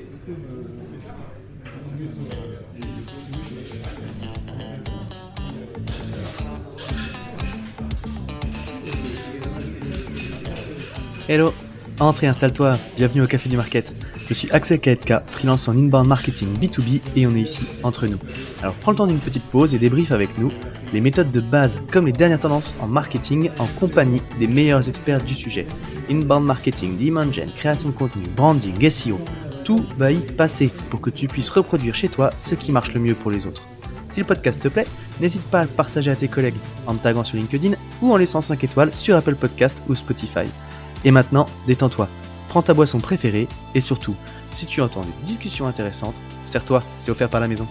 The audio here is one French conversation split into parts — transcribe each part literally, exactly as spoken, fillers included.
Hello, entre et installe-toi, bienvenue au Café du Market. Je suis Axel Kaetka, freelance en inbound marketing B deux B et on est ici, entre nous. Alors prends le temps d'une petite pause et débrief avec nous les méthodes de base comme les dernières tendances en marketing en compagnie des meilleurs experts du sujet. Inbound marketing, demand gen, création de contenu, branding, S E O, tout va y passer pour que tu puisses reproduire chez toi ce qui marche le mieux pour les autres. Si le podcast te plaît, n'hésite pas à le partager à tes collègues en me taguant sur LinkedIn ou en laissant cinq étoiles sur Apple Podcast ou Spotify. Et maintenant, détends-toi, prends ta boisson préférée et surtout, si tu entends des discussions intéressantes, serre-toi, c'est offert par la maison.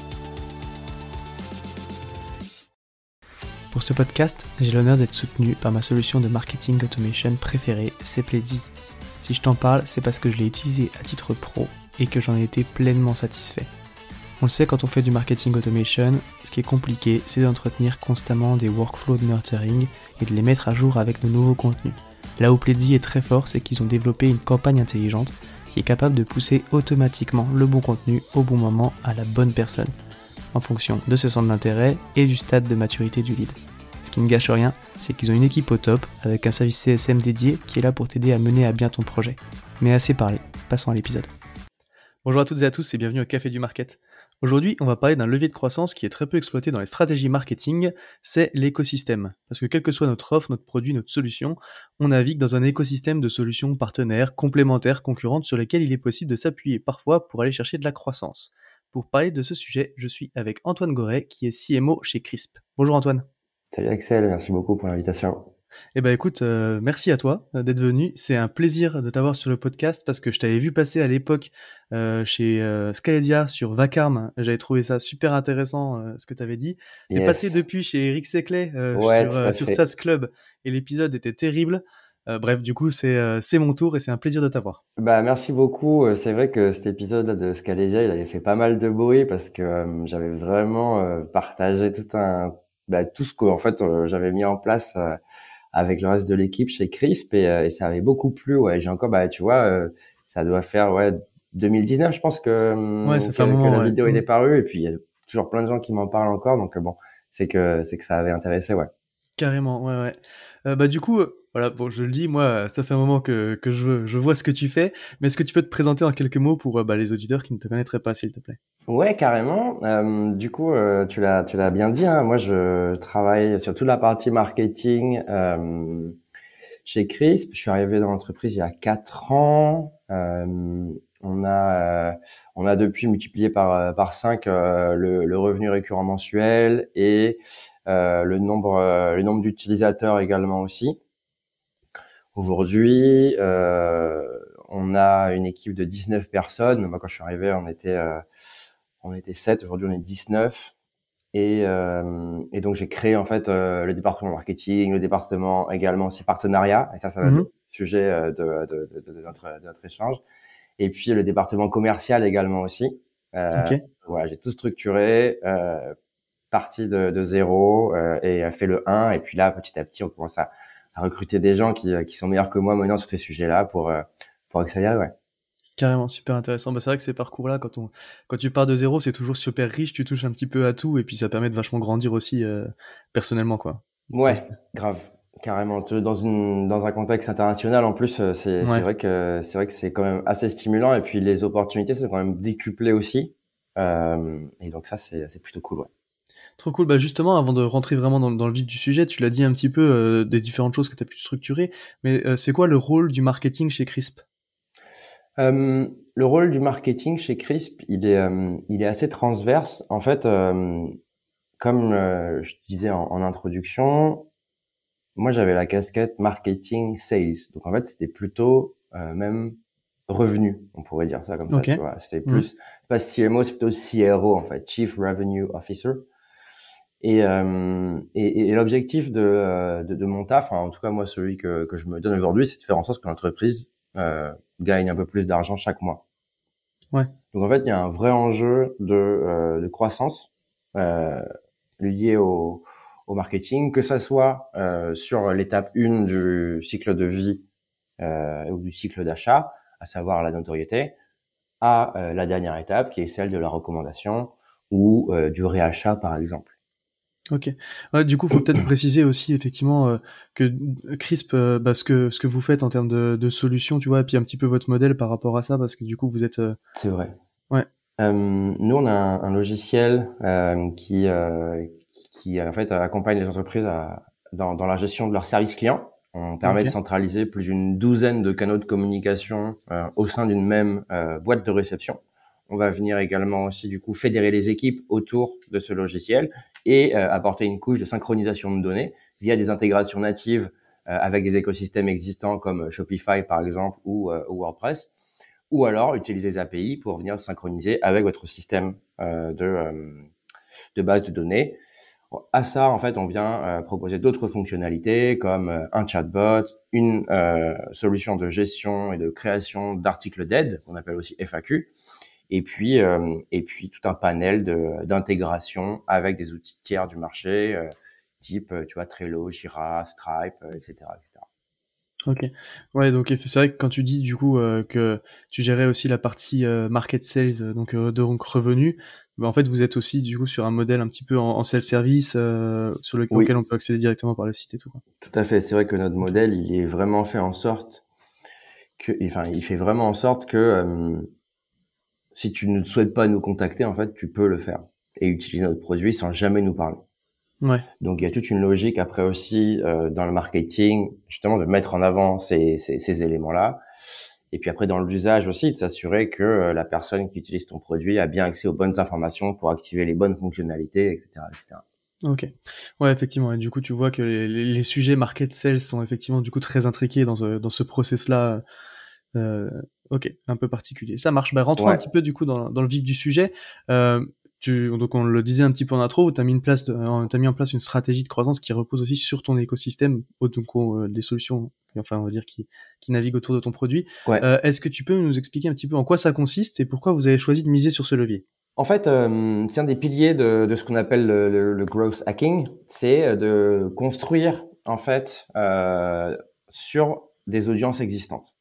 Pour ce podcast, j'ai l'honneur d'être soutenu par ma solution de marketing automation préférée, Sepleady. Si je t'en parle, c'est parce que je l'ai utilisé à titre pro et que j'en ai été pleinement satisfait. On le sait, quand on fait du marketing automation, ce qui est compliqué, c'est d'entretenir constamment des workflows de nurturing et de les mettre à jour avec nos nouveaux contenus. Là où Pledzi est très fort, c'est qu'ils ont développé une campagne intelligente qui est capable de pousser automatiquement le bon contenu au bon moment à la bonne personne, en fonction de ses centres d'intérêt et du stade de maturité du lead. Ce qui ne gâche rien, c'est qu'ils ont une équipe au top, avec un service C S M dédié qui est là pour t'aider à mener à bien ton projet. Mais assez parlé, passons à l'épisode. Bonjour à toutes et à tous et bienvenue au Café du Market. Aujourd'hui, on va parler d'un levier de croissance qui est très peu exploité dans les stratégies marketing, c'est l'écosystème. Parce que quelle que soit notre offre, notre produit, notre solution, on navigue dans un écosystème de solutions partenaires, complémentaires, concurrentes sur lesquelles il est possible de s'appuyer parfois pour aller chercher de la croissance. Pour parler de ce sujet, je suis avec Antoine Goret qui est C M O chez Crisp. Bonjour Antoine. Salut Axel, merci beaucoup pour l'invitation. Eh ben écoute, euh, merci à toi euh, d'être venu. C'est un plaisir de t'avoir sur le podcast parce que je t'avais vu passer à l'époque euh, chez euh, Scaledia sur Vacarme. J'avais trouvé ça super intéressant euh, ce que tu avais dit. T'es Yes. passé depuis chez Eric Seclet euh, Ouais, sur, tout euh, à sur fait. SaaS Club et l'épisode était terrible. Euh, bref, du coup, c'est, euh, c'est mon tour et c'est un plaisir de t'avoir. Bah merci beaucoup. Euh, C'est vrai que cet épisode-là de Scalesia, il avait fait pas mal de bruit parce que euh, j'avais vraiment euh, partagé tout un, bah, tout ce que en fait euh, j'avais mis en place euh, avec le reste de l'équipe chez Crisp et, euh, et ça avait beaucoup plu. Ouais, j'ai encore, bah tu vois, euh, ça doit faire ouais deux mille dix-neuf, je pense que Ouais, euh, ça fait un que, que moment, la ouais. vidéo Mm. est parue et puis il y a toujours plein de gens qui m'en parlent encore. Donc euh, bon, c'est que c'est que ça avait intéressé, ouais. Carrément, ouais, ouais. Euh, bah du coup, euh, voilà, bon, je le dis, moi, euh, ça fait un moment que, que je, veux- je vois ce que tu fais, mais est-ce que tu peux te présenter en quelques mots pour euh, bah, les auditeurs qui ne te connaîtraient pas, s'il te plaît? Ouais, carrément. Euh, du coup, euh, tu l'as, tu l'as bien dit, hein. Moi, je travaille sur toute la partie marketing euh, chez Crisp. Je suis arrivé dans l'entreprise il y a quatre ans. Euh, on a, euh, on a depuis multiplié par euh, par cinq euh, le, le revenu récurrent mensuel et euh, le nombre, euh, le nombre d'utilisateurs également aussi. Aujourd'hui, euh, on a une équipe de dix-neuf personnes. Moi, quand je suis arrivé, on était euh, on était sept, aujourd'hui on est dix-neuf. Et, euh, et donc j'ai créé en fait euh, le département marketing, le département également aussi partenariat, et ça, ça va être le Mhm. sujet euh, de, de, de, de, notre, de notre échange. Et puis le département commercial également aussi. Euh, Ok. voilà, j'ai tout structuré, euh, parti de, de zéro euh, et fait le un. Et puis là, petit à petit, on commence à, à recruter des gens qui, qui sont meilleurs que moi maintenant sur ces sujets-là pour, euh, pour accélérer, ouais. Carrément, super intéressant. Bah, c'est vrai que ces parcours-là, quand on, quand tu pars de zéro, c'est toujours super riche, tu touches un petit peu à tout, et puis ça permet de vachement grandir aussi, euh, personnellement, quoi. Ouais, Parce que- grave, carrément. Tu- Dans une dans un contexte international, en plus, euh, c'est c'est Ouais, vrai que c'est vrai que c'est quand même assez stimulant et puis les opportunités c'est quand même décuplé aussi. Euh, et donc ça c'est c'est plutôt cool, ouais. trop cool. Bah, justement, avant de rentrer vraiment dans, dans le vif du sujet, tu l'as dit un petit peu, euh, des différentes choses que tu as pu structurer, mais euh, c'est quoi le rôle du marketing chez Crisp? Euh, le rôle du marketing chez Crisp, il est euh, il est assez transverse. En fait, euh, comme euh, je disais en, en introduction, moi j'avais la casquette marketing sales. Donc en fait c'était plutôt euh, même revenu, on pourrait dire ça comme ça, Ok. tu vois. C'était Mhm. plus, pas C M O, c'est plutôt C R O, en fait, Chief Revenue Officer. Et, euh, et, et l'objectif de, euh, de, de mon taf, enfin, en tout cas, moi, celui que, que je me donne aujourd'hui, c'est de faire en sorte que l'entreprise euh, gagne un peu plus d'argent chaque mois. Ouais. Donc, en fait, il y a un vrai enjeu de, euh, de croissance euh, lié au, au marketing, que ça soit euh, sur l'étape un du cycle de vie euh, ou du cycle d'achat, à savoir la notoriété, à euh, la dernière étape, qui est celle de la recommandation ou euh, du réachat, par exemple. Ok. Ouais, du coup, faut peut-être préciser aussi effectivement euh, que Crisp, euh, bah, ce que ce que vous faites en termes de, de solutions, tu vois, et puis un petit peu votre modèle par rapport à ça, parce que du coup, vous êtes. Euh... C'est vrai. Ouais. Euh, nous, on a un, un logiciel euh, qui euh, qui en fait accompagne les entreprises à, dans, dans la gestion de leurs services clients. On permet Ok. de centraliser plus d'une douzaine de canaux de communication euh, au sein d'une même euh, boîte de réception. On va venir également aussi du coup fédérer les équipes autour de ce logiciel et euh, apporter une couche de synchronisation de données via des intégrations natives euh, avec des écosystèmes existants comme Shopify par exemple ou, euh, ou WordPress, ou alors utiliser les A P I pour venir synchroniser avec votre système euh, de, euh, de base de données. À ça, en fait, on vient euh, proposer d'autres fonctionnalités comme euh, un chatbot, une euh, solution de gestion et de création d'articles d'aide, qu'on appelle aussi F A Q, et puis euh, et puis tout un panel de d'intégration avec des outils tiers du marché, euh, type euh, tu vois Trello, Jira, Stripe, euh, et cetera, et cetera. Ok. Ouais, donc eff- c'est vrai que quand tu dis du coup euh, que tu gérais aussi la partie euh, market sales, euh, donc euh, donc revenu, bah, en fait vous êtes aussi du coup sur un modèle un petit peu en, en self-service euh, sur le, auquel Oui, on peut accéder directement par le site et tout, quoi. tout à fait. C'est vrai que notre Ok. modèle, il est vraiment fait en sorte que, enfin, il fait vraiment en sorte que euh, si tu ne souhaites pas nous contacter, en fait, tu peux le faire et utiliser notre produit sans jamais nous parler. Ouais. Donc, il y a toute une logique après aussi euh, dans le marketing, justement, de mettre en avant ces, ces, ces éléments-là. Et puis après, dans l'usage aussi, de s'assurer que euh, la personne qui utilise ton produit a bien accès aux bonnes informations pour activer les bonnes fonctionnalités, et cetera, et cetera. Ok. Ouais, effectivement. Et du coup, tu vois que les, les, les sujets market sales sont effectivement du coup très intriqués dans ce dans ce process-là. Euh, ok, un peu particulier. Ça marche. Bah, rentrons un Ouais, petit peu du coup dans, dans le vif du sujet. Euh, tu, donc on le disait un petit peu en intro, tu as mis, une place de, euh, t'as mis en place une stratégie de croissance qui repose aussi sur ton écosystème, au- donc euh, des solutions, enfin on va dire qui, qui naviguent autour de ton produit. ouais. Euh, est-ce que tu peux nous expliquer un petit peu en quoi ça consiste et pourquoi vous avez choisi de miser sur ce levier? En fait, euh, c'est un des piliers de, de ce qu'on appelle le, le, le growth hacking, c'est de construire en fait euh, sur des audiences existantes.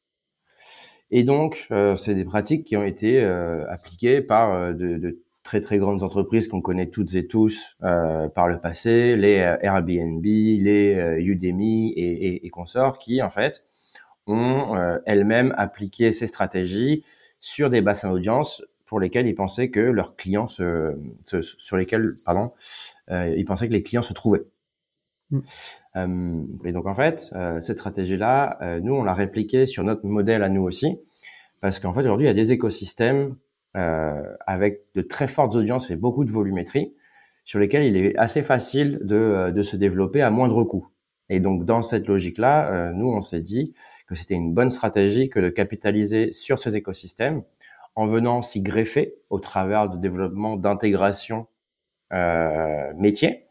Et donc, euh, c'est des pratiques qui ont été euh, appliquées par euh, de, de très très grandes entreprises qu'on connaît toutes et tous euh, par le passé, les euh, Airbnb, les euh, Udemy et, et, et consorts, qui en fait ont euh, elles-mêmes appliqué ces stratégies sur des bassins d'audience pour lesquels ils pensaient que leurs clients se, se sur lesquels pardon euh, ils pensaient que les clients se trouvaient. Mm. Euh, et donc en fait, euh, cette stratégie-là, euh, nous on l'a répliquée sur notre modèle à nous aussi, parce qu'en fait aujourd'hui il y a des écosystèmes euh, avec de très fortes audiences et beaucoup de volumétrie, sur lesquels il est assez facile de, de se développer à moindre coût. Et donc dans cette logique-là, euh, nous on s'est dit que c'était une bonne stratégie que de capitaliser sur ces écosystèmes en venant s'y greffer au travers de développement d'intégration euh, métier.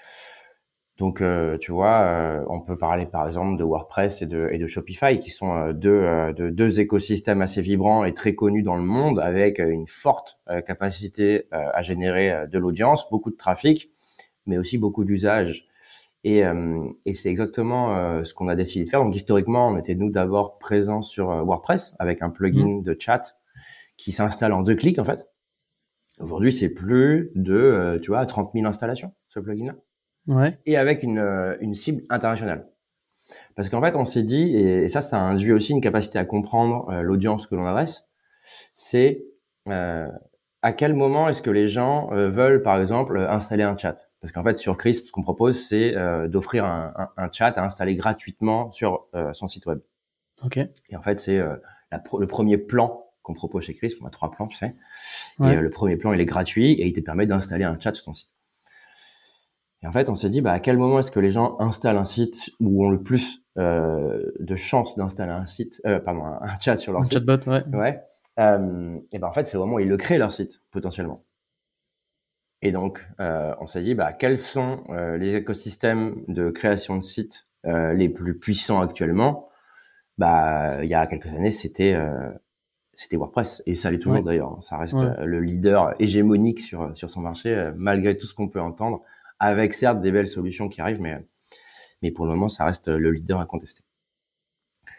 Donc, euh, tu vois, euh, on peut parler par exemple de WordPress et de, et de Shopify, qui sont euh, deux, euh, de, deux écosystèmes assez vibrants et très connus dans le monde, avec euh, une forte euh, capacité euh, à générer euh, de l'audience, beaucoup de trafic, mais aussi beaucoup d'usages. Et, euh, et c'est exactement euh, ce qu'on a décidé de faire. Donc, historiquement, on était nous d'abord présents sur euh, WordPress avec un Mm. plugin de chat qui s'installe en deux clics en fait. Aujourd'hui, c'est plus de, euh, tu vois, trente mille installations, ce plugin-là, Ouais. et avec une, euh, une cible internationale. Parce qu'en fait, on s'est dit, et, et ça, ça induit aussi une capacité à comprendre euh, l'audience que l'on adresse, c'est euh, à quel moment est-ce que les gens euh, veulent, par exemple, installer un chat. Parce qu'en fait, sur Crisp, ce qu'on propose, c'est euh, d'offrir un, un, un chat à installer gratuitement sur euh, son site web. Ok. Et en fait, c'est euh, la, le premier plan qu'on propose chez Crisp. On a trois plans, tu sais. Et Ouais. euh, le premier plan, il est gratuit et il te permet d'installer un chat sur ton site. Et en fait, on s'est dit, bah, à quel moment est-ce que les gens installent un site ou ont le plus euh, de chances d'installer un site, euh, pardon, un, un chat sur leur Un site. chatbot, ouais. Ouais. Euh, et ben en fait, c'est au moment où ils le créent leur site potentiellement. Et donc, euh, on s'est dit, bah, quels sont euh, les écosystèmes de création de sites euh, les plus puissants actuellement? Bah, il y a quelques années, c'était euh, c'était WordPress et ça l'est toujours Ouais. d'ailleurs. Ça reste Ouais. euh, le leader hégémonique sur sur son marché euh, malgré tout ce qu'on peut entendre, avec certes des belles solutions qui arrivent, mais mais pour le moment, ça reste le leader incontesté.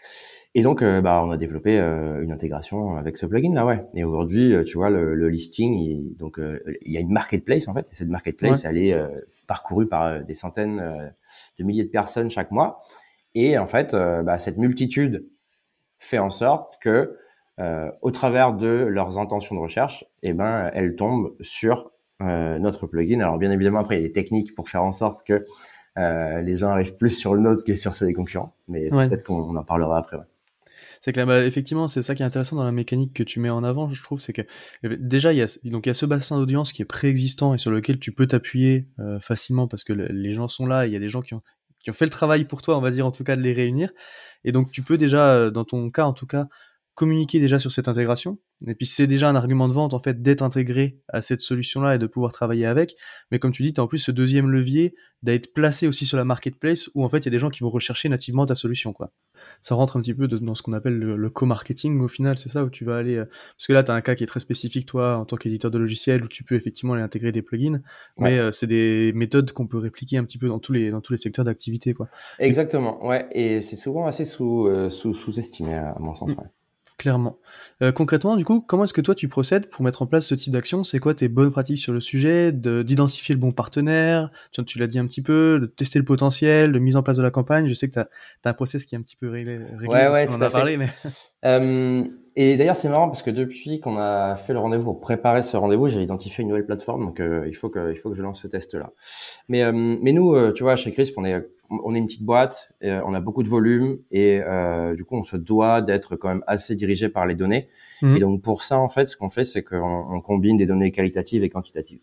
Et donc, euh, bah, on a développé euh, une intégration avec ce plugin là, ouais. Et aujourd'hui, euh, tu vois, le, le listing, il, donc euh, il y a une marketplace en fait. Et cette marketplace, Ouais. elle est euh, parcourue par euh, des centaines euh, de milliers de personnes chaque mois. Et en fait, euh, bah, cette multitude fait en sorte que, euh, au travers de leurs intentions de recherche, eh ben, elles tombent sur euh, notre plugin. Alors, bien évidemment, après, il y a des techniques pour faire en sorte que euh, les gens arrivent plus sur le nôtre que sur ceux des concurrents. Mais c'est Ouais. peut-être qu'on en parlera après. Ouais. C'est que là, bah, effectivement, c'est ça qui est intéressant dans la mécanique que tu mets en avant, je trouve, c'est que euh, déjà il y a donc il y a ce bassin d'audience qui est préexistant et sur lequel tu peux t'appuyer euh, facilement parce que le- les gens sont là, il y a des gens qui ont qui ont fait le travail pour toi, on va dire en tout cas de les réunir, et donc tu peux déjà, euh, dans ton cas en tout cas, communiquer déjà sur cette intégration. Et puis c'est déjà un argument de vente en fait d'être intégré à cette solution-là et de pouvoir travailler avec. Mais comme tu dis, tu as en plus ce deuxième levier d'être placé aussi sur la marketplace où en fait il y a des gens qui vont rechercher nativement ta solution, quoi. Ça rentre un petit peu de- dans ce qu'on appelle le, le co-marketing au final, c'est ça où tu vas aller... euh, Parce que là, tu as un cas qui est très spécifique, toi, en tant qu'éditeur de logiciels, où tu peux effectivement aller intégrer des plugins, Ouais. mais euh, c'est des méthodes qu'on peut répliquer un petit peu dans tous les, dans tous les secteurs d'activité, quoi. Mais, Exactement, ouais, et c'est souvent assez sous, euh, sous, sous-estimé à mon sens, mm, ouais. clairement. Euh, concrètement, du coup, comment est-ce que toi tu procèdes pour mettre en place ce type d'action? C'est quoi tes bonnes pratiques sur le sujet, de, d'identifier le bon partenaire, tu, tu l'as dit un petit peu, de tester le potentiel, de mise en place de la campagne? Je sais que tu as un process qui est un petit peu réglé, réglé Ouais, parce ouais, qu'on en tout à a fait. parlé, mais... Euh, et d'ailleurs, c'est marrant parce que depuis qu'on a fait le rendez-vous pour préparer ce rendez-vous, j'ai identifié une nouvelle plateforme, donc euh, il faut que il faut que je lance ce test-là. Mais euh, mais nous, euh, tu vois, chez Crisp, on est on est une petite boîte, et, euh, on a beaucoup de volume et euh, du coup, on se doit d'être quand même assez dirigé par les données. Et Mhm. donc pour ça, en fait, ce qu'on fait, c'est qu'on on combine des données qualitatives et quantitatives.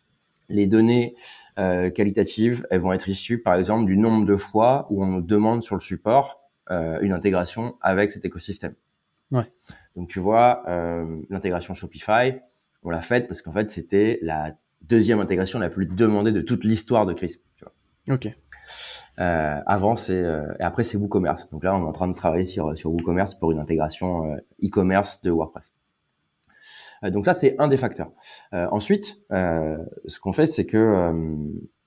Les données euh, qualitatives, elles vont être issues, par exemple, du nombre de fois où on nous demande sur le support euh, une intégration avec cet écosystème. Ouais. Donc, tu vois, euh, l'intégration Shopify, on l'a faite parce qu'en fait, c'était la deuxième intégration la plus demandée de toute l'histoire de Crisp. Tu vois. Ok. Euh, avant, c'est euh, et après, c'est WooCommerce. Donc là, on est en train de travailler sur sur WooCommerce pour une intégration euh, e-commerce de WordPress. Euh, donc ça, c'est un des facteurs. Euh, ensuite, euh, ce qu'on fait, c'est que euh,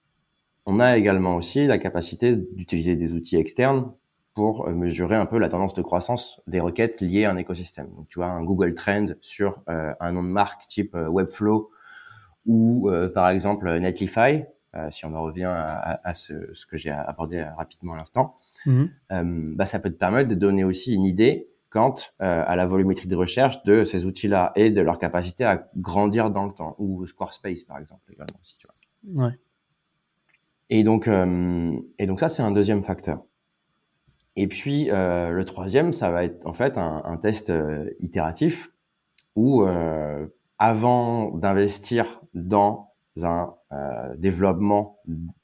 on a également aussi la capacité d'utiliser des outils externes pour mesurer un peu la tendance de croissance des requêtes liées à un écosystème. Donc, tu vois, un Google Trend sur euh, un nom de marque type euh, Webflow ou, euh, par exemple, Netlify, euh, si on en revient à, à, à ce, ce que j'ai abordé rapidement à l'instant, Mhm. euh, bah, ça peut te permettre de donner aussi une idée quant euh, à la volumétrie de recherche de ces outils-là et de leur capacité à grandir dans le temps, ou Squarespace, par exemple, également aussi, tu vois. Ouais. Et donc, euh, et donc ça, c'est un deuxième facteur. Et puis, euh, le troisième, ça va être en fait un, un test euh, itératif où, euh, avant d'investir dans un euh, développement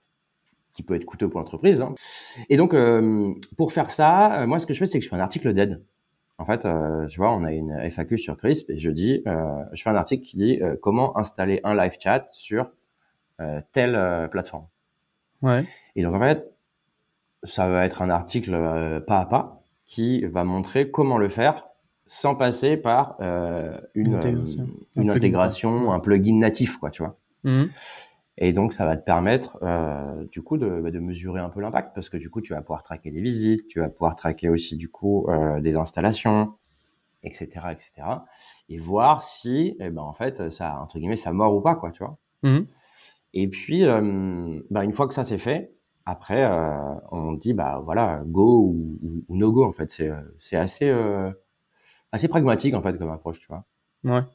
qui peut être coûteux pour l'entreprise, hein. Et donc, euh, pour faire ça, euh, moi, ce que je fais, c'est que je fais un article d'aide. En fait, euh, tu vois, on a une F A Q sur Crisp et je dis, euh, je fais un article qui dit euh, comment installer un live chat sur euh, telle euh, plateforme. Ouais. Et donc, en fait, ça va être un article euh, pas à pas qui va montrer comment le faire sans passer par euh, Une une euh, intégration. Un une plugin, quoi. intégration, Ouais. un plugin natif, quoi, tu vois. Mhm. Et donc, ça va te permettre, euh, du coup, de, de mesurer un peu l'impact parce que du coup, tu vas pouvoir traquer des visites, tu vas pouvoir traquer aussi, du coup, euh, des installations, et cetera, et cetera. Et voir si, eh ben, en fait, ça, entre guillemets, ça mord ou pas, quoi, tu vois. Mhm. Et puis, euh, bah, une fois que ça c'est fait, après, euh, on dit, bah voilà, go ou, ou, ou no go, en fait. C'est, euh, c'est assez, euh, assez pragmatique, en fait, comme approche, tu vois. Ouais.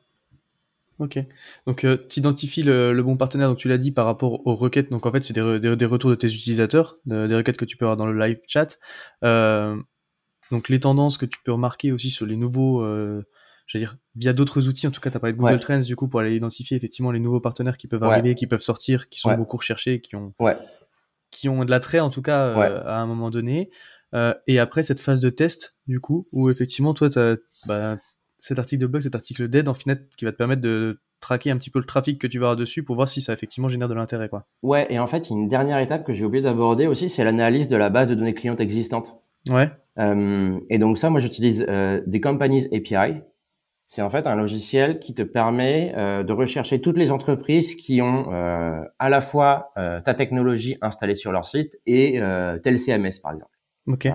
Ok. Donc, euh, tu identifies le, le bon partenaire, donc tu l'as dit, par rapport aux requêtes. Donc, en fait, c'est des, re- des, des retours de tes utilisateurs, de- des requêtes que tu peux avoir dans le live chat. Euh, donc, les tendances que tu peux remarquer aussi sur les nouveaux, euh, j'allais dire, via d'autres outils. En tout cas, tu as parlé de Google Ouais, Trends, du coup, pour aller identifier effectivement les nouveaux partenaires qui peuvent ouais, arriver, qui peuvent sortir, qui sont ouais, beaucoup recherchés, qui ont, ouais, qui ont de l'attrait, en tout cas, ouais. euh, à un moment donné. Euh, et après, cette phase de test, du coup, où effectivement, toi, tu as bah, cet article de blog, cet article d'aide, en final, qui va te permettre de traquer un petit peu le trafic que tu vas avoir dessus pour voir si ça effectivement génère de l'intérêt, quoi. Ouais, et en fait, il y a une dernière étape que j'ai oublié d'aborder aussi, c'est l'analyse de la base de données clientes existantes. Ouais. Euh, et donc ça, moi, j'utilise euh, des Companies A P I. C'est en fait un logiciel qui te permet euh, de rechercher toutes les entreprises qui ont euh, à la fois euh, ta technologie installée sur leur site et euh, tel C M S, par exemple. Ok. Tu vois.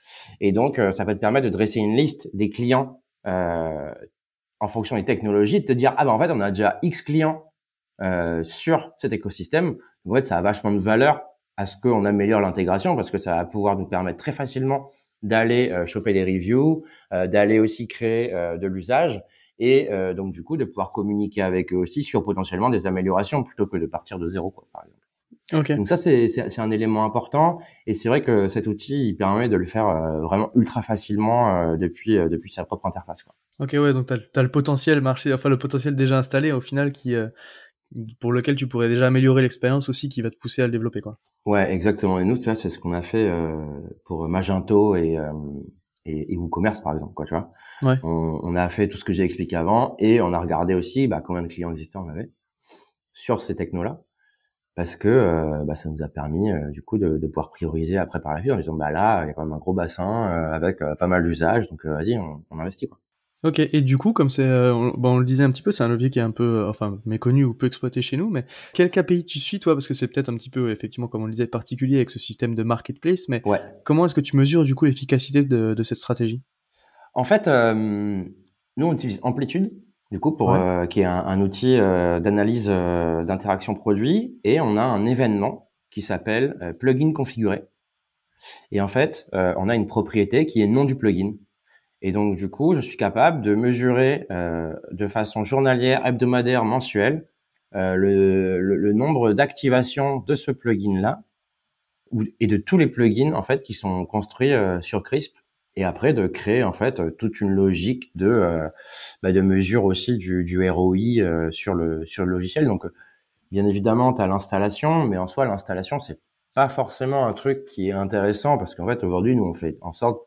Et donc, euh, ça peut te permettre de dresser une liste des clients euh, en fonction des technologies, de te dire, ah ben en fait, on a déjà X clients euh, sur cet écosystème. En fait, ça a vachement de valeur à ce qu'on améliore l'intégration parce que ça va pouvoir nous permettre très facilement d'aller euh, choper des reviews, euh, d'aller aussi créer euh, de l'usage et euh, donc du coup de pouvoir communiquer avec eux aussi sur potentiellement des améliorations plutôt que de partir de zéro, quoi, par exemple. Okay. Donc ça, c'est, c'est, c'est un élément important et c'est vrai que cet outil, il permet de le faire euh, vraiment ultra facilement euh, depuis euh, depuis sa propre interface, quoi. Ok, ouais, donc t'as, t'as le potentiel marché, enfin le potentiel déjà installé au final qui, euh, pour lequel tu pourrais déjà améliorer l'expérience aussi, qui va te pousser à le développer, quoi. Ouais, exactement. Et nous, tu vois, c'est ce qu'on a fait euh, pour Magento et, euh, et, et WooCommerce, par exemple, quoi, tu vois. Ouais. On, on a fait tout ce que j'ai expliqué avant et on a regardé aussi bah, combien de clients existants on avait sur ces technos-là parce que euh, bah, ça nous a permis euh, du coup de, de pouvoir prioriser après par la suite en disant bah là il y a quand même un gros bassin euh, avec euh, pas mal d'usages donc euh, vas-y on, on investit, quoi. Ok, et du coup, comme c'est, euh, on, bon, on le disait un petit peu, c'est un levier qui est un peu, euh, enfin, méconnu ou peu exploité chez nous, mais quel K P I tu suis, toi, parce que c'est peut-être un petit peu, effectivement, comme on le disait, particulier avec ce système de marketplace, mais Ouais. comment est-ce que tu mesures, du coup, l'efficacité de, de cette stratégie? En fait, euh, nous on utilise Amplitude du coup pour Ouais. euh, qui est un, un outil euh, d'analyse euh, d'interaction produit et on a un événement qui s'appelle euh, plugin configuré. Et en fait, euh, on a une propriété qui est nom du plugin. Et donc, du coup, je suis capable de mesurer euh, de façon journalière, hebdomadaire, mensuelle, euh, le, le, le nombre d'activations de ce plugin-là ou- et de tous les plugins en fait qui sont construits euh, sur Crisp. Et après, de créer en fait euh, toute une logique de euh, bah, de mesure aussi du, du R O I euh, sur le sur le logiciel. Donc, euh, bien évidemment, tu as l'installation, mais en soi, l'installation, c'est pas forcément un truc qui est intéressant parce qu'en fait, aujourd'hui, nous, on fait en sorte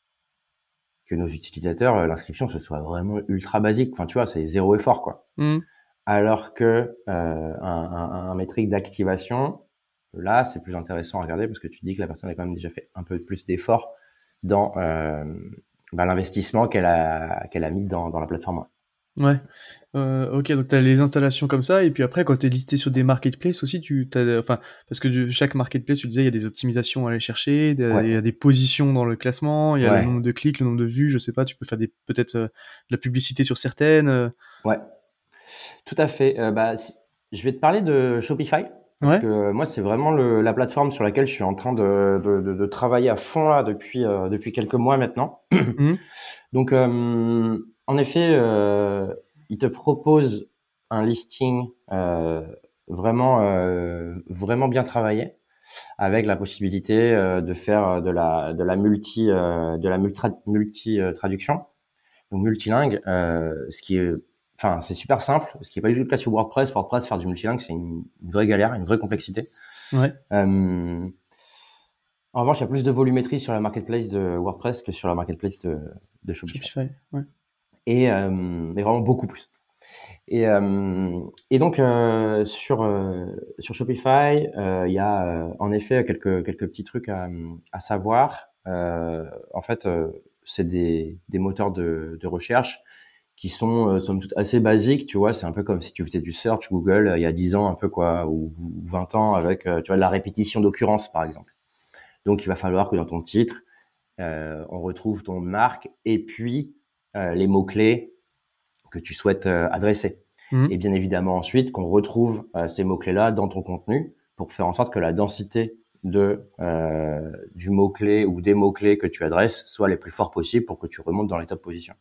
que nos utilisateurs, euh, l'inscription, ce soit vraiment ultra basique. Enfin, tu vois, c'est zéro effort, quoi. Mhm. Alors que euh, un, un, un métrique d'activation, là, c'est plus intéressant à regarder parce que tu te dis que la personne a quand même déjà fait un peu plus d'effort dans euh, bah, l'investissement qu'elle a qu'elle a mis dans, dans la plateforme. Ouais. Euh, ok, donc t'as les installations comme ça, et puis après, quand t'es listé sur des marketplaces aussi, tu t'as, enfin, parce que du- chaque marketplace, tu disais, il y a des optimisations à aller chercher, des- Ouais, il y a des positions dans le classement, il y a le ouais, nombre de clics, le nombre de vues, je sais pas, tu peux faire des, peut-être euh, de la publicité sur certaines. euh. ouais, tout à fait. Euh, bah, si- je vais te parler de Shopify parce Ouais. que moi, c'est vraiment le, la plateforme sur laquelle je suis en train de, de, de, de travailler à fond là depuis euh, depuis quelques mois maintenant. Mhm. Donc, euh, en effet, euh, il te propose un listing euh, vraiment, euh, vraiment bien travaillé, avec la possibilité euh, de faire de la, de la multi, euh, de la multi, multi euh, traduction, donc multilingue, euh, ce qui est, enfin, c'est super simple, ce qui est pas du tout le cas sur WordPress. WordPress, faire du multilingue, c'est une, une vraie galère, une vraie complexité. Ouais. Euh, en revanche, il y a plus de volumétrie sur la marketplace de WordPress que sur la marketplace de, de Shopify. Shopify. Ouais. Et euh, mais vraiment beaucoup plus. Et, euh, et donc euh, sur euh, sur Shopify, euh, il y a euh, en effet quelques quelques petits trucs à, à savoir. Euh, en fait, euh, c'est des des moteurs de de recherche qui sont euh, somme toute assez basiques. Tu vois, c'est un peu comme si tu faisais du search Google euh, il y a dix ans un peu, quoi, ou, ou vingt ans avec euh, tu vois de la répétition d'occurrence par exemple. Donc il va falloir que dans ton titre euh, on retrouve ton marque et puis euh, les mots clés que tu souhaites euh, adresser. Et Mhm. bien évidemment ensuite qu'on retrouve euh, ces mots-clés-là dans ton contenu pour faire en sorte que la densité de euh, du mot-clé ou des mots-clés que tu adresses soit les plus forts possibles pour que tu remontes dans les top positions.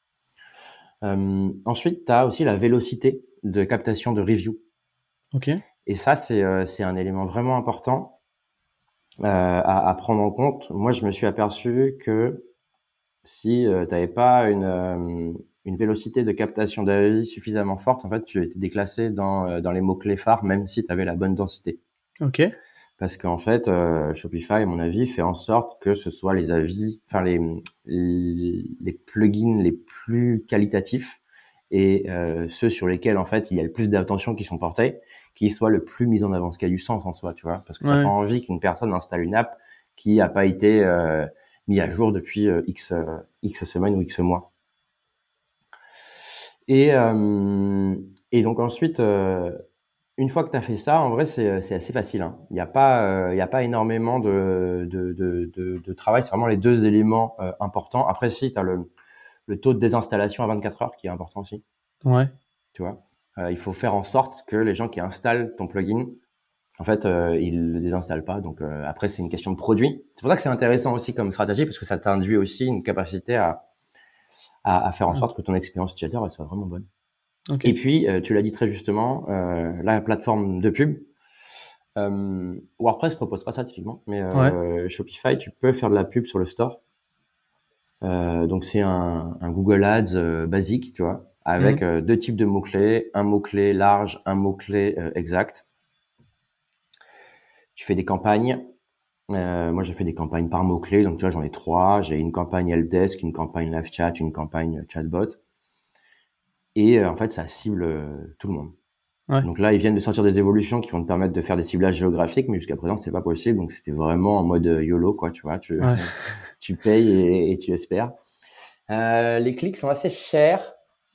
Euh, ensuite, tu as aussi la vélocité de captation de review. Ok. Et ça, c'est euh, c'est un élément vraiment important euh, à, à prendre en compte. Moi, je me suis aperçu que si euh, tu n'avais pas une, euh, une vélocité de captation d'avis suffisamment forte, en fait, tu étais déclassé dans, euh, dans les mots-clés phares, même si tu avais la bonne densité. Ok. Parce qu'en fait, euh, Shopify, à mon avis, fait en sorte que ce soit les avis, enfin les, les, les plugins les plus qualitatifs et euh, ceux sur lesquels, en fait, il y a le plus d'attention qui sont portées, qui soient le plus mis en avant, ce qui a du sens en soi, tu vois. Parce que t'as pas Ouais. envie qu'une personne installe une app qui n'a pas été euh, mis à jour depuis euh, X, euh, X semaines ou X mois. Et, euh, et donc ensuite, euh, une fois que tu as fait ça, en vrai, c'est, c'est assez facile, hein. Il n'y a pas, euh, il y a pas énormément de, de, de, de, de travail. C'est vraiment les deux éléments euh, importants. Après, si, tu as le, le taux de désinstallation à vingt-quatre heures qui est important aussi. Ouais. Tu vois, euh, il faut faire en sorte que les gens qui installent ton plugin, en fait, euh, ils le désinstallent pas. Donc euh, après, c'est une question de produit. C'est pour ça que c'est intéressant aussi comme stratégie parce que ça t'induit aussi une capacité à, à, à faire en Ouais. sorte que ton expérience utilisateur elle soit vraiment bonne. Ok. Et puis, euh, tu l'as dit très justement, euh, la plateforme de pub. Euh, WordPress propose pas ça typiquement, mais Ouais. euh, Shopify, tu peux faire de la pub sur le store. Euh, donc c'est un, un Google Ads euh, basique, tu vois, avec Mhm. euh, deux types de mots-clés, un mot-clé large, un mot-clé euh, exact. Tu fais des campagnes. Euh, moi, j'ai fait des campagnes par mots-clés. Donc, tu vois, j'en ai trois. J'ai une campagne helpdesk, une campagne live chat, une campagne chatbot. Et euh, en fait, ça cible euh, tout le monde. Ouais. Donc là, ils viennent de sortir des évolutions qui vont te permettre de faire des ciblages géographiques, mais jusqu'à présent, c'était pas possible. Donc, c'était vraiment en mode euh, YOLO, quoi, tu vois. Tu, Ouais. tu payes et, et tu espères. Euh, les clics sont assez chers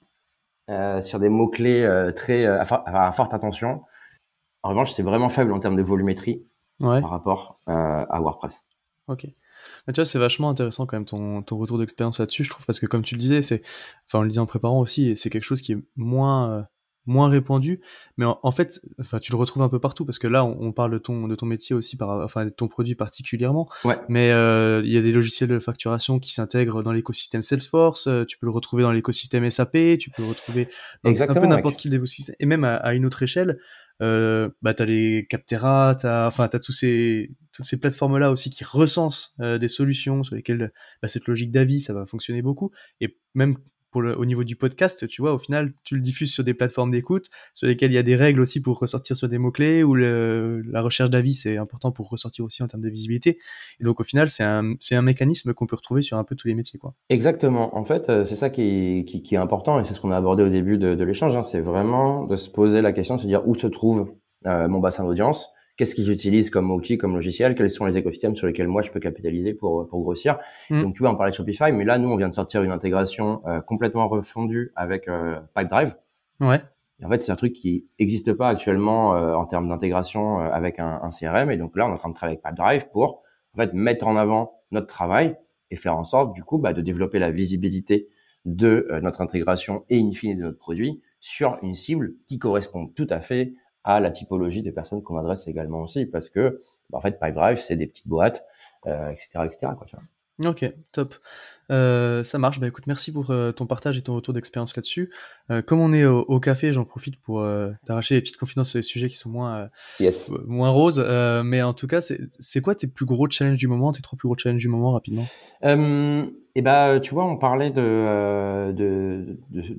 euh, sur des mots-clés euh, très euh, à, for- à forte attention. En revanche, c'est vraiment faible en termes de volumétrie Ouais. par rapport euh, à WordPress. Ok. Mais tu vois, c'est vachement intéressant quand même ton, ton retour d'expérience là-dessus, je trouve, parce que comme tu le disais, c'est, enfin, on le disait en préparant aussi, c'est quelque chose qui est moins, euh, moins répandu, mais en, en fait, enfin, tu le retrouves un peu partout, parce que là, on, on parle de ton, de ton métier aussi, par, enfin, de ton produit particulièrement, Ouais, mais euh, il y a des logiciels de facturation qui s'intègrent dans l'écosystème Salesforce, euh, tu peux le retrouver dans l'écosystème S A P, tu peux le retrouver dans un peu exactement, n'importe mec. quel écosystème, et même à, à une autre échelle, euh, bah t'as les Captera, t'as, enfin t'as tous ces, toutes ces plateformes là aussi qui recensent euh, des solutions sur lesquelles bah, cette logique d'avis ça va fonctionner beaucoup. Et même pour le, au niveau du podcast, tu vois, au final, tu le diffuses sur des plateformes d'écoute sur lesquelles il y a des règles aussi pour ressortir sur des mots clés ou le, la recherche d'avis c'est important pour ressortir aussi en termes de visibilité. Et donc au final, c'est un, c'est un mécanisme qu'on peut retrouver sur un peu tous les métiers, quoi. Exactement. En fait, euh, c'est ça qui est, qui, qui est important et c'est ce qu'on a abordé au début de, de l'échange, hein. C'est vraiment de se poser la question, de se dire où se trouve euh, mon bassin d'audience, qu'est-ce qu'ils utilisent comme outil, comme logiciel, quels sont les écosystèmes sur lesquels moi je peux capitaliser pour pour grossir. Mm. Donc tu vois, on parlait de Shopify, mais là nous on vient de sortir une intégration euh, complètement refondue avec euh, Pipedrive. Ouais. Et en fait, c'est un truc qui n'existe pas actuellement euh, en termes d'intégration euh, avec un, un C R M. Et donc là, on est en train de travailler avec Pipedrive pour en fait mettre en avant notre travail et faire en sorte, du coup, bah, de développer la visibilité de euh, notre intégration et in fine de notre produit sur une cible qui correspond tout à fait à la typologie des personnes qu'on adresse également aussi, parce que bah, en fait, Pipedrive, c'est des petites boîtes, euh, et cetera, et cetera, quoi, tu vois. Ok, top. Euh, ça marche. Bah écoute, merci pour euh, ton partage et ton retour d'expérience là-dessus. Euh, comme on est au, au café, j'en profite pour euh, t'arracher des petites confidences sur les sujets qui sont moins Yes. euh, moins roses. Euh, mais en tout cas, c'est c'est quoi tes plus gros challenges du moment, tes trois plus gros challenges du moment rapidement? Euh, et ben, tu vois, on parlait de, euh, de, de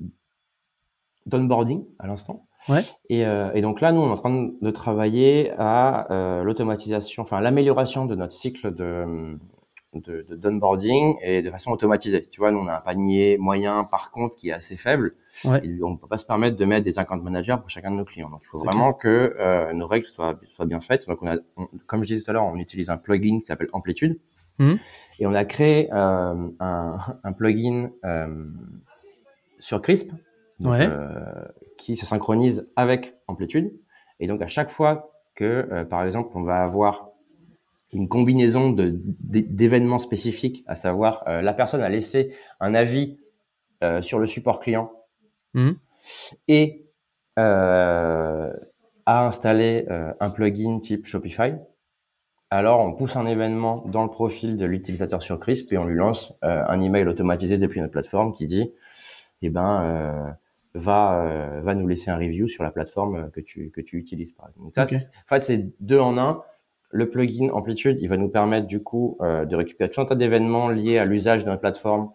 d'onboarding à l'instant. Ouais. Et, euh, et donc là, nous, on est en train de travailler à euh, l'automatisation, enfin l'amélioration de notre cycle de, de, de d'onboarding et de façon automatisée. Tu vois, nous, on a un panier moyen par contre qui est assez faible Ouais. et on ne peut pas se permettre de mettre des account managers pour chacun de nos clients. Donc, il faut C'est clair. vraiment que euh, nos règles soient, soient bien faites. Donc, on a, on- comme je disais tout à l'heure, on utilise un plugin qui s'appelle Amplitude Mhm. et on a créé euh, un, un plugin euh, sur Crisp, donc Ouais. euh, qui se synchronise avec Amplitude. Et donc à chaque fois que, euh, par exemple, on va avoir une combinaison de d'événements spécifiques, à savoir euh, la personne a laissé un avis euh, sur le support client Mhm. et euh, a installé euh, un plugin type Shopify, alors on pousse un événement dans le profil de l'utilisateur sur Crisp et on lui lance euh, un email automatisé depuis notre plateforme qui dit eh ben euh, va euh, va nous laisser un review sur la plateforme que tu que tu utilises par exemple. Donc ça, Ok. c'est, en fait, c'est deux en un. Le plugin Amplitude, il va nous permettre du coup euh, de récupérer tout un tas d'événements liés à l'usage de notre plateforme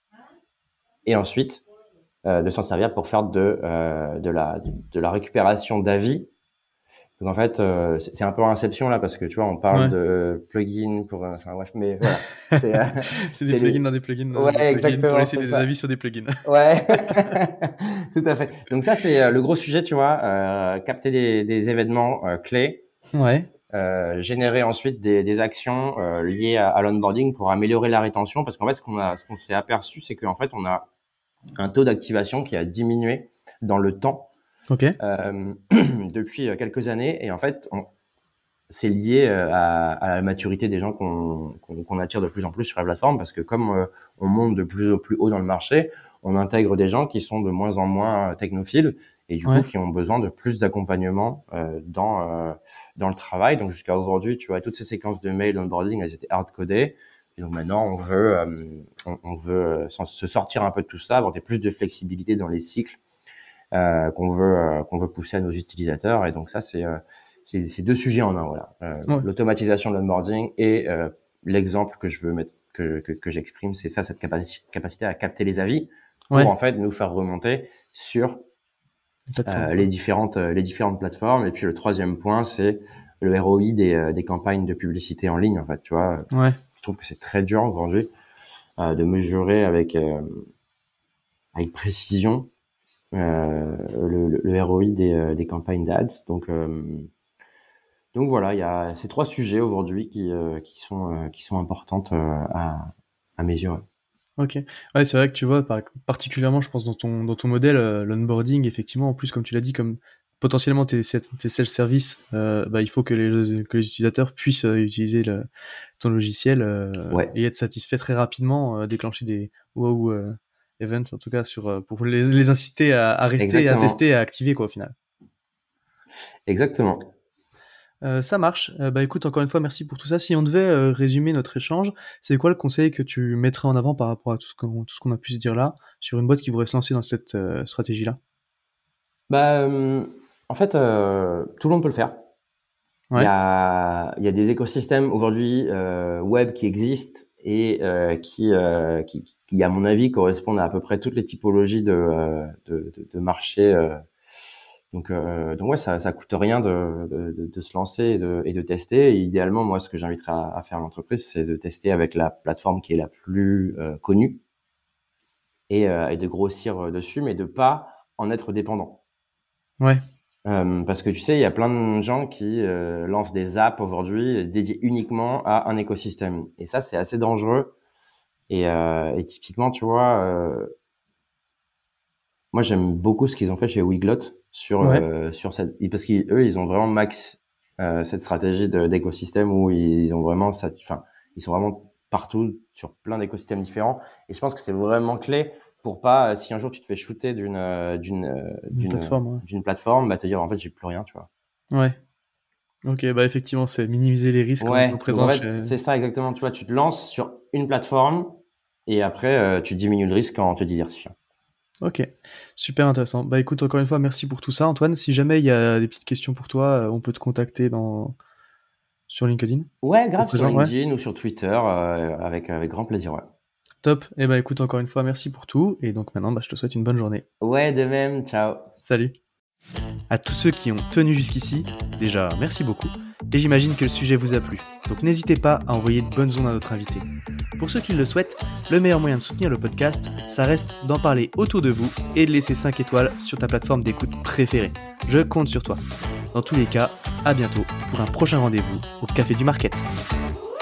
et ensuite euh, de s'en servir pour faire de euh, de la de la récupération d'avis. Donc en fait, euh, c'est c'est un peu Inception là parce que tu vois, on parle Ouais. de plugin pour, euh, enfin bref, mais voilà, c'est euh, C'est des c'est plugins les, dans des plugins dans des ouais, plugins pour exactement, laisser c'est des ça. avis sur des plugins. Ouais, tout à fait. Donc ça, c'est euh, le gros sujet, tu vois, euh, capter des, des événements euh, clés, Ouais. euh, générer ensuite des, des actions euh, liées à, à l'onboarding pour améliorer la rétention, parce qu'en fait, ce qu'on a, ce qu'on s'est aperçu, c'est qu'en fait, on a un taux d'activation qui a diminué dans le temps Ok. euh, depuis quelques années. Et en fait, on, c'est lié à, à la maturité des gens qu'on, qu'on, qu'on attire de plus en plus sur la plateforme, parce que comme euh, on monte de plus en plus haut dans le marché, on intègre des gens qui sont de moins en moins technophiles et du Ouais. coup qui ont besoin de plus d'accompagnement euh, dans euh, dans le travail. Donc jusqu'à aujourd'hui, tu vois, toutes ces séquences de mail onboarding, elles étaient hard codées. Et donc maintenant, on veut euh, on, on veut se sortir un peu de tout ça, avoir plus de flexibilité dans les cycles euh, qu'on veut euh, qu'on veut pousser à nos utilisateurs. Et donc ça, c'est euh, c'est, c'est deux sujets en un, voilà. Euh, Ouais. L'automatisation de l'onboarding et euh, l'exemple que je veux mettre, que, que, que j'exprime, c'est ça, cette capacité, capacité à capter les avis pour Ouais. en fait nous faire remonter sur euh, les différentes les différentes plateformes. Et puis le troisième point, c'est le R O I des, des campagnes de publicité en ligne. En fait, tu vois, Ouais. je trouve que c'est très dur aujourd'hui euh, de mesurer avec euh, avec précision euh, le, le, le R O I des, des campagnes d'ads. Donc euh, Donc voilà, il y a ces trois sujets aujourd'hui qui euh, qui sont euh, qui sont importantes euh, à à mesurer. Ok. Ouais, c'est vrai que tu vois, par- particulièrement, je pense dans ton dans ton modèle, euh, l'onboarding, effectivement, en plus, comme tu l'as dit, comme potentiellement tes, tes self-service, euh, bah, il faut que les que les utilisateurs puissent euh, utiliser le, ton logiciel euh, Ouais, et être satisfaits très rapidement, euh, déclencher des wow euh, events, en tout cas, sur euh, pour les, les inciter à, à rester, à exactement, tester, à activer quoi au final. exactement. Euh, ça marche. Euh, bah écoute, encore une fois, merci pour tout ça. Si on devait euh, résumer notre échange, c'est quoi le conseil que tu mettrais en avant par rapport à tout ce qu'on, tout ce qu'on a pu se dire là, sur une boîte qui voudrait se lancer dans cette euh, stratégie-là? Bah euh, en fait, euh, tout le monde peut le faire. Il y Ouais, a il y a des écosystèmes aujourd'hui euh, web qui existent et euh, qui, euh, qui qui à mon avis correspondent à à peu près toutes les typologies de euh, de, de, de marché. Euh, Donc, euh, donc ouais, ça, ça coûte rien de, de, de se lancer et de, et de tester. Et idéalement, moi, ce que j'inviterais à, à faire l'entreprise, c'est de tester avec la plateforme qui est la plus euh, connue et, euh, et de grossir dessus, mais de pas en être dépendant. ouais, Euh, parce que tu sais, il y a plein de gens qui euh, lancent des apps aujourd'hui dédiées uniquement à un écosystème. Et ça, c'est assez dangereux. Et, euh, et typiquement, tu vois, euh, moi, j'aime beaucoup ce qu'ils ont fait chez Weglot sur ouais, euh, sur cette parce qu'eux ils ont vraiment max euh, cette stratégie de, d'écosystème où ils ont vraiment ça, enfin ils sont vraiment partout sur plein d'écosystèmes différents. Et je pense que c'est vraiment clé pour pas, si un jour tu te fais shooter d'une euh, d'une euh, une d'une plateforme, ouais. d'une plateforme, bah te dire en fait j'ai plus rien, tu vois. Ouais, ok, bah effectivement, c'est minimiser les risques en étant Ouais, donc en présent fait chez... c'est ça exactement, tu vois, tu te lances sur une plateforme et après euh, tu diminues le risque en te diversifiant. Ok, super intéressant. Bah écoute, encore une fois, merci pour tout ça, Antoine. Si jamais il y a des petites questions pour toi, euh, on peut te contacter dans... sur LinkedIn. Ouais, Au grave, sur présent, ouais. LinkedIn ou sur Twitter, euh, avec avec grand plaisir, ouais. Top. Et bah écoute, encore une fois, merci pour tout. Et donc maintenant, bah, je te souhaite une bonne journée. Ouais, de même, ciao. Salut. À tous ceux qui ont tenu jusqu'ici, déjà merci beaucoup, et j'imagine que le sujet vous a plu, donc n'hésitez pas à envoyer de bonnes ondes à notre invité. Pour ceux qui le souhaitent, le meilleur moyen de soutenir le podcast, ça reste d'en parler autour de vous et de laisser cinq étoiles sur ta plateforme d'écoute préférée. Je compte sur toi. Dans tous les cas, à bientôt pour un prochain rendez-vous au Café du Market.